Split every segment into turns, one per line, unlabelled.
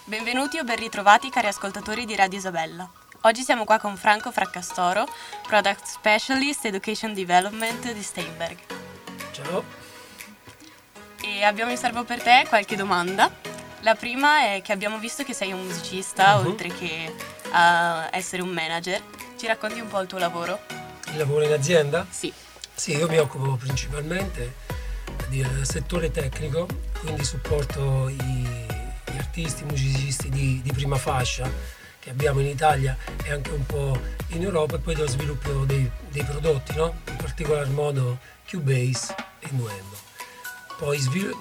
Benvenuti o ben ritrovati cari ascoltatori di Radio Isabella. Oggi siamo qua con Franco Fraccastoro, Product Specialist Education Development di Steinberg.
Ciao.
E abbiamo in serbo per te qualche domanda. La prima è che abbiamo visto che sei un musicista, oltre che a essere un manager. Ci racconti un po' il tuo lavoro?
Il lavoro in azienda?
Sì.
Sì, io mi occupo principalmente del settore tecnico, quindi supporto gli artisti, musicisti di prima fascia che abbiamo in Italia e anche un po' in Europa, e poi dello sviluppo dei prodotti, no? In particolar modo Cubase e Nuendo. Poi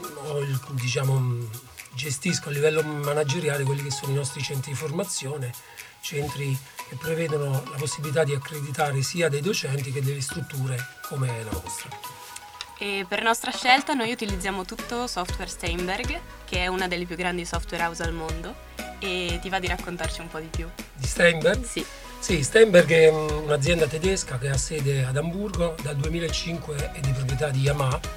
gestisco a livello manageriale quelli che sono i nostri centri di formazione, centri che prevedono la possibilità di accreditare sia dei docenti che delle strutture come la vostra.
E per nostra scelta noi utilizziamo tutto software Steinberg, che è una delle più grandi software house al mondo, e ti va di raccontarci un po' di più?
Di Steinberg?
Sì.
Sì, Steinberg è un'azienda tedesca che ha sede ad Amburgo, dal 2005 è di proprietà di Yamaha.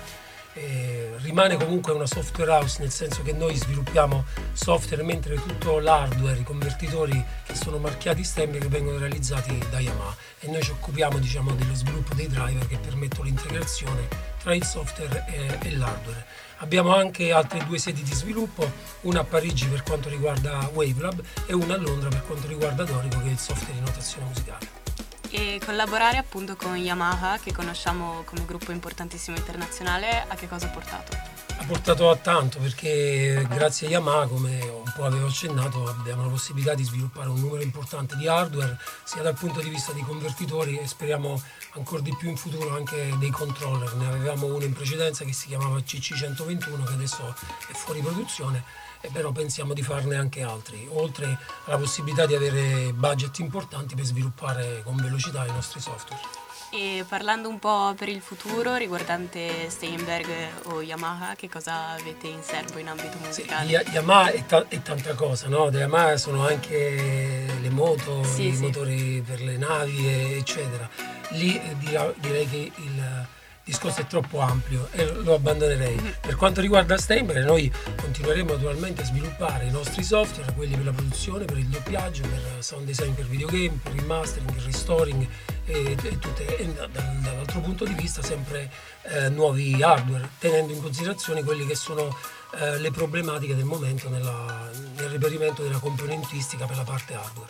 Rimane comunque una software house, nel senso che noi sviluppiamo software, mentre tutto l'hardware, i convertitori che sono marchiati Steinberg vengono realizzati da Yamaha, e noi ci occupiamo dello sviluppo dei driver che permettono l'integrazione tra il software e l'hardware. Abbiamo anche altre 2 sedi di sviluppo, una a Parigi per quanto riguarda Wavelab e una a Londra per quanto riguarda Dorico, che è il software di notazione musicale.
E collaborare appunto con Yamaha, che conosciamo come gruppo importantissimo internazionale, a che cosa ha portato?
Ha portato a tanto, perché grazie a Yamaha, come un po' avevo accennato, abbiamo la possibilità di sviluppare un numero importante di hardware, sia dal punto di vista dei convertitori e speriamo ancora di più in futuro anche dei controller. Ne avevamo uno in precedenza che si chiamava CC121, che adesso è fuori produzione, e però pensiamo di farne anche altri, oltre alla possibilità di avere budget importanti per sviluppare con velocità i nostri software.
E parlando un po' per il futuro riguardante Steinberg o Yamaha, che cosa avete in serbo in ambito musicale?
Sì, Yamaha è tanta cosa, no? Da Yamaha sono anche le moto,
sì,
i motori per le navi, eccetera. Lì direi che il discorso è troppo ampio e lo abbandonerei. Per quanto riguarda Steinberg, noi continueremo naturalmente a sviluppare i nostri software, quelli per la produzione, per il doppiaggio, per sound design per videogame, per il mastering, il restoring e dall'altro punto di vista sempre nuovi hardware, tenendo in considerazione quelle che sono le problematiche del momento nel reperimento della componentistica per la parte hardware.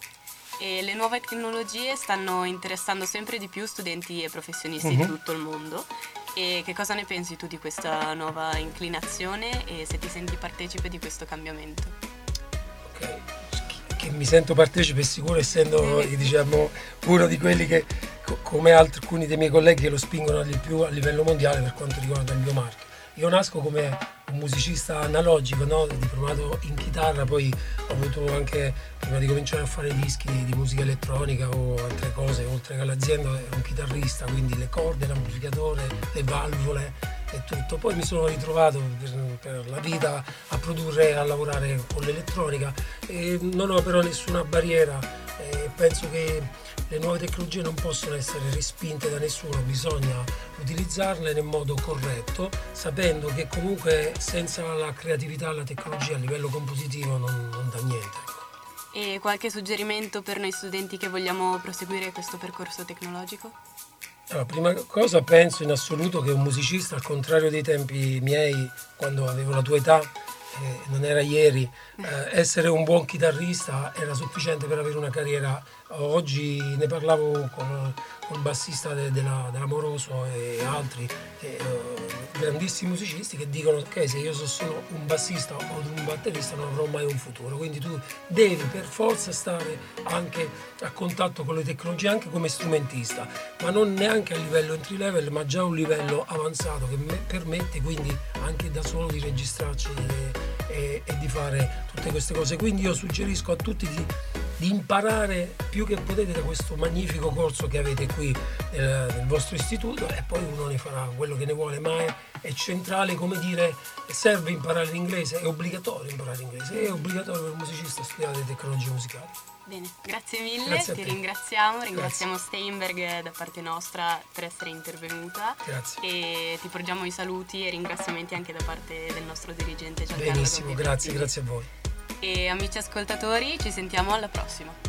E le nuove tecnologie stanno interessando sempre di più studenti e professionisti di tutto il mondo. E che cosa ne pensi tu di questa nuova inclinazione e se ti senti partecipe di questo cambiamento?
Ok, che mi sento partecipe sicuro, essendo uno di quelli che, come alcuni dei miei colleghi, che lo spingono di più a livello mondiale per quanto riguarda il mio marchio. Io nasco come un musicista analogico, no? Diplomato in chitarra, poi ho avuto anche, prima di cominciare a fare dischi di musica elettronica o altre cose, oltre che all'azienda ero un chitarrista, quindi le corde, l'amplificatore, le valvole e tutto. Poi mi sono ritrovato per la vita a produrre e a lavorare con l'elettronica, e non ho però nessuna barriera, penso che le nuove tecnologie non possono essere respinte da nessuno, bisogna utilizzarle nel modo corretto, sapendo che comunque senza la creatività la tecnologia a livello compositivo non dà niente.
E qualche suggerimento per noi studenti che vogliamo proseguire questo percorso tecnologico?
Allora, prima cosa penso in assoluto che un musicista, al contrario dei tempi miei, quando avevo la tua età, non era ieri, essere un buon chitarrista era sufficiente per avere una carriera. Oggi ne parlavo con il bassista dell'Amoroso e altri, grandissimi musicisti, che dicono: ok, se io sono solo un bassista o un batterista non avrò mai un futuro, quindi tu devi per forza stare anche a contatto con le tecnologie, anche come strumentista, ma non neanche a livello entry level, ma già a un livello avanzato che permette quindi anche da solo di registrarci e di fare tutte queste cose. Quindi io suggerisco a tutti di imparare più che potete da questo magnifico corso che avete qui nel vostro istituto, e poi uno ne farà quello che ne vuole, ma è centrale, come dire, serve imparare l'inglese, è obbligatorio imparare l'inglese, è obbligatorio per un musicista studiare le tecnologie musicali.
Bene, grazie mille,
grazie
ti ringraziamo Steinberg da parte nostra per essere intervenuta.
Grazie.
E ti porgiamo i saluti e ringraziamenti anche da parte del nostro dirigente Giancarlo.
Benissimo, grazie a voi.
E amici ascoltatori, ci sentiamo alla prossima.